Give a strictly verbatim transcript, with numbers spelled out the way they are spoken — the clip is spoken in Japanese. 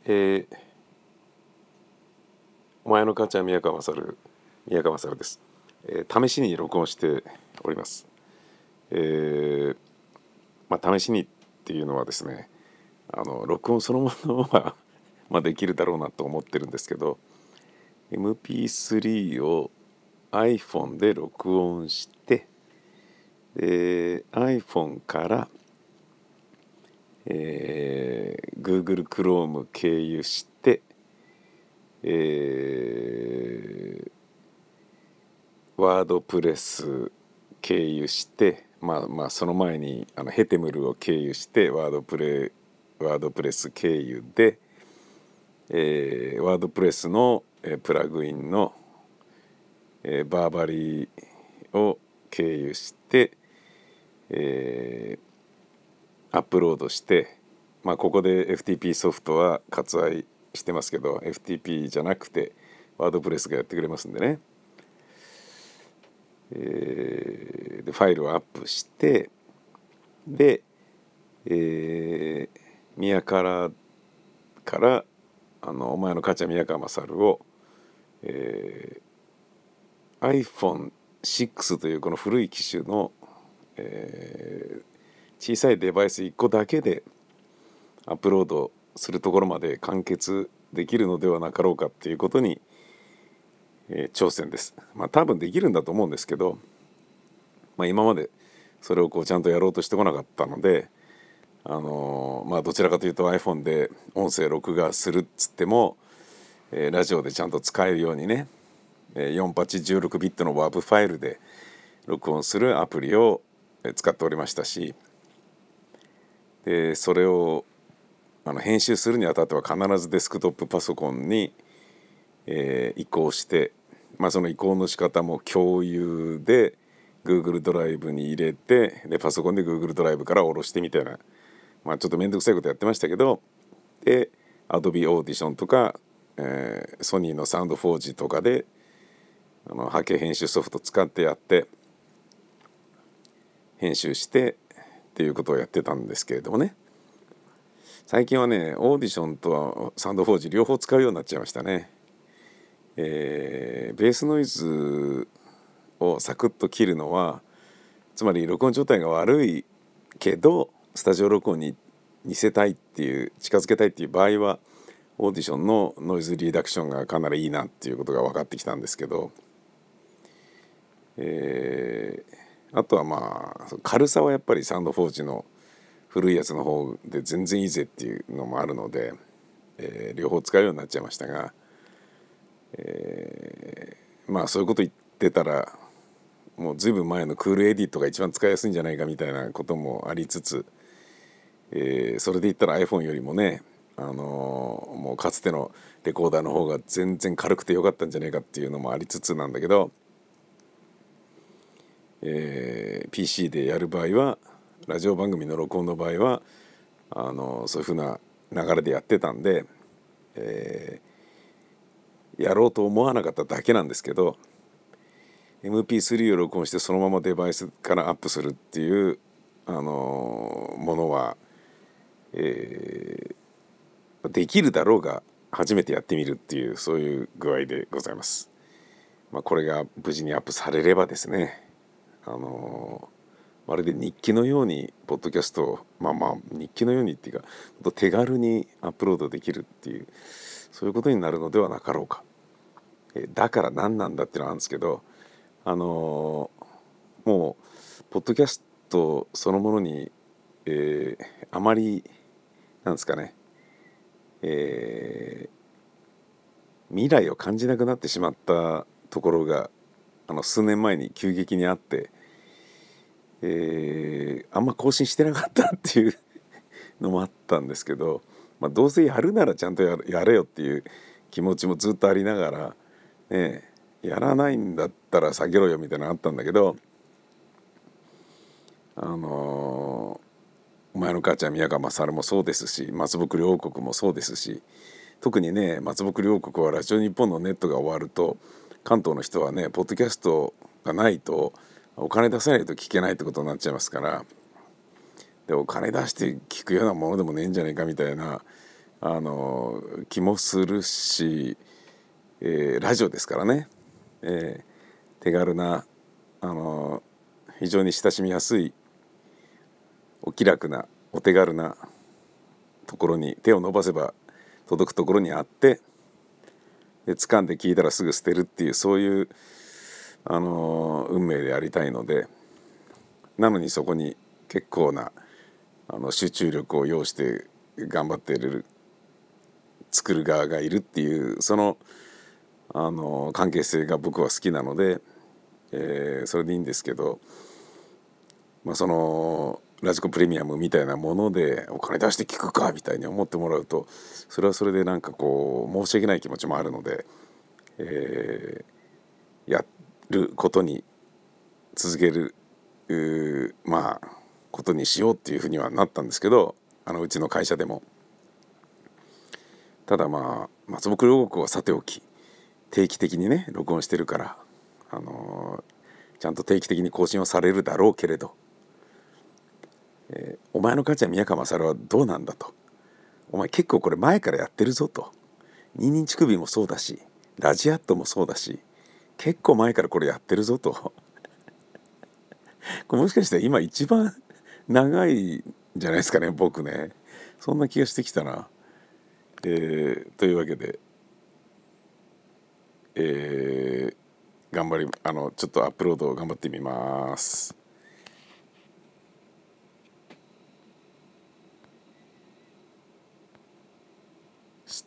えー、お前の母ちゃん宮川勝宮川勝です、えー、試しに録音しております。えー、まあ試しにっていうのはですね、あの録音そのものはまあできるだろうなと思ってるんですけど、 エムピースリー を iPhone で録音して、で iPhone から、えー、Google Chrome 経由して、えー、ワードプレス経由して、まあまあその前にあのヘテムルを経由してワードプレワードプレス経由で、えー、ワードプレスの、えープラグインの、えーバーバリーを経由して、えーアップロードして、まあここで エフティーピー ソフトは割愛してますけど エフティーピー じゃなくてワードプレスがやってくれますんでね、えーでファイルをアップして、で、えー、宮からからあのお前の母ちゃん宮川勝を、えー、アイフォンシックス というこの古い機種の、えー、小さいデバイスいっこだけでアップロードするところまで完結できるのではなかろうかっていうことに、えー挑戦です。まあ多分できるんだと思うんですけど、まあ、今までそれをこうちゃんとやろうとしてこなかったので、あのーまあどちらかというと iPhone で音声録画するっつっても、えーラジオでちゃんと使えるようにね、えーよんはちじゅうろくビットの ワブ ファイルで録音するアプリを使っておりましたし、でそれをあの編集するにあたっては必ずデスクトップパソコンに、えー移行して、まあ、その移行の仕方も共有で Google ドライブに入れて、でパソコンで Google ドライブから下ろしてみたいな、まあ、ちょっと面倒くさいことやってましたけど、で Adobe Audition とか、えー、ソニーのサウンドフォージとかであの波形編集ソフト使ってやって編集してっていうことをやってたんですけれどもね、最近はねオーディションとサウンドフォージ両方使うようになっちゃいましたね。えーベースノイズをサクッと切るのは、つまり録音状態が悪いけどスタジオ録音に似せたいっていう近づけたいっていう場合はオーディションのノイズリダクションがかなりいいなっていうことが分かってきたんですけど、えーあとはまあ軽さはやっぱりサウンドフォージの古いやつの方で全然いいぜっていうのもあるので、えー両方使うようになっちゃいましたが、まあそういうこと言ってたらもうずいぶん前のクールエディットが一番使いやすいんじゃないかみたいなこともありつつ、えーそれで言ったら iPhone よりもね、あのーもうかつてのレコーダーの方が全然軽くてよかったんじゃないかっていうのもありつつなんだけど、えー ピーシー でやる場合はラジオ番組の録音の場合はあのーそういうふうな流れでやってたんで、えーやろうと思わなかっただけなんですけど、 エムピースリー を録音してそのままデバイスからアップするっていう、あのーものは、えーできるだろうが初めてやってみるっていうそういう具合でございます。まあ、これが無事にアップされればですね、あのーまるで日記のようにポッドキャストをまあまあ日記のようにっていうか手軽にアップロードできるっていうそういうことになるのではなかろうか。えだから何なんだっていうのはあるんですけど、あのーもうポッドキャストそのものに、えーあまりなんですかね、えー未来を感じなくなってしまったところがあの数年前に急激にあって、えーあんま更新してなかったっていうのもあったんですけど、まあ、どうせやるならちゃんとややれよっていう気持ちもずっとありながら、ね、やらないんだったら下げろよみたいなのあったんだけど、あのーお前の母ちゃん宮川勝もそうですし松ぼくり王国もそうですし、特にね松ぼくり王国はラジオ日本のネットが終わると関東の人はねポッドキャストがないとお金出さないと聞けないってことになっちゃいますから、でお金出して聞くようなものでもねえんじゃねえかみたいなあの気もするし、えーラジオですからね、えー手軽な、あの非常に親しみやすい、お気楽な、お手軽なところに手を伸ばせば届くところにあって、で掴んで聞いたらすぐ捨てるっていう、そういう、あの運命でありたいので、なのにそこに結構なあの集中力を要して頑張っている作る側がいるっていう、その、あの関係性が僕は好きなので、えーそれでいいんですけど、まあ、そのラジコプレミアムみたいなものでお金出して聞くかみたいに思ってもらうと、それはそれでなんかこう申し訳ない気持ちもあるので、えーやることに続ける、まあことにしようっていうふうにはなったんですけど、あのうちの会社でも。ただまあ松木両国はさておき、定期的にね録音してるから、あのーちゃんと定期的に更新はされるだろうけれど、お前の母ちゃん宮川勝はどうなんだと、お前結構これ前からやってるぞと、二人乳首もそうだしラジアットもそうだし、結構前からこれやってるぞとこれもしかして今一番長いんじゃないですかね、僕ね。そんな気がしてきたな。えーというわけで、えー頑張りあのちょっとアップロードを頑張ってみます。